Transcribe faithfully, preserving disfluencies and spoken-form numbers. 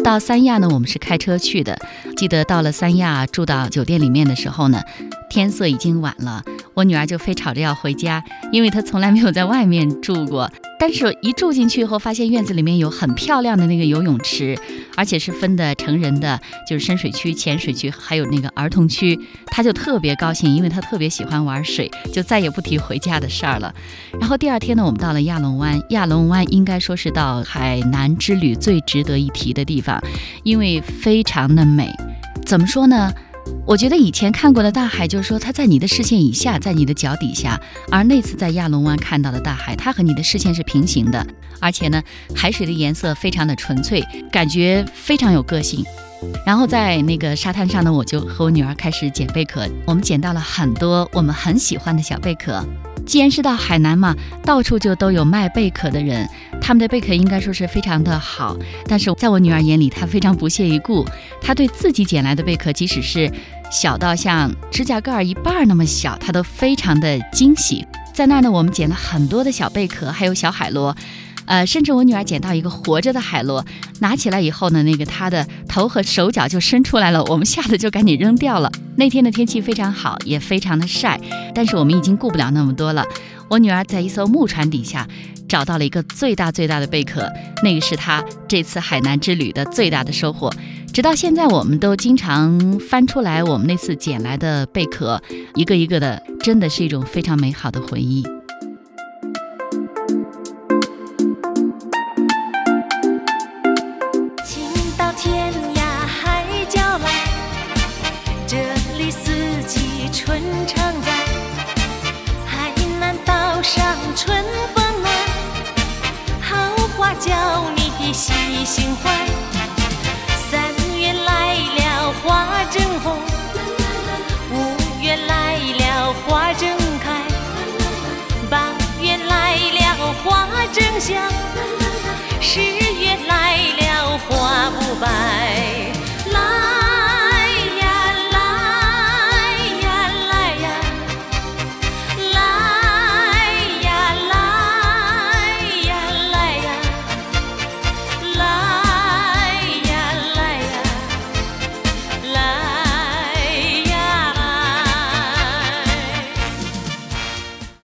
到三亚呢，我们是开车去的。记得到了三亚住到酒店里面的时候呢，天色已经晚了，我女儿就非吵着要回家，因为她从来没有在外面住过。但是一住进去以后，发现院子里面有很漂亮的那个游泳池，而且是分的成人的，就是深水区、浅水区，还有那个儿童区。她就特别高兴，因为她特别喜欢玩水，就再也不提回家的事儿了。然后第二天呢，我们到了亚龙湾。亚龙湾应该说是到海南之旅最值得一提的地方，因为非常的美。怎么说呢？我觉得以前看过的大海，就是说它在你的视线以下，在你的脚底下，而那次在亚龙湾看到的大海，它和你的视线是平行的，而且呢，海水的颜色非常的纯粹，感觉非常有个性。然后在那个沙滩上呢，我就和我女儿开始捡贝壳，我们捡到了很多我们很喜欢的小贝壳。既然是到海南嘛，到处就都有卖贝壳的人，他们的贝壳应该说是非常的好，但是在我女儿眼里，她非常不屑一顾。她对自己捡来的贝壳，即使是小到像指甲盖一半那么小，她都非常的惊喜。在那儿呢，我们捡了很多的小贝壳，还有小海螺。呃，甚至我女儿捡到一个活着的海螺，拿起来以后呢，那个她的头和手脚就伸出来了，我们吓得就赶紧扔掉了。那天的天气非常好，也非常的晒，但是我们已经顾不了那么多了。我女儿在一艘木船底下找到了一个最大最大的贝壳，那个是她这次海南之旅的最大的收获。直到现在，我们都经常翻出来我们那次捡来的贝壳，一个一个的，真的是一种非常美好的回忆。 春常在，海南岛上春风来，好话叫你细心怀。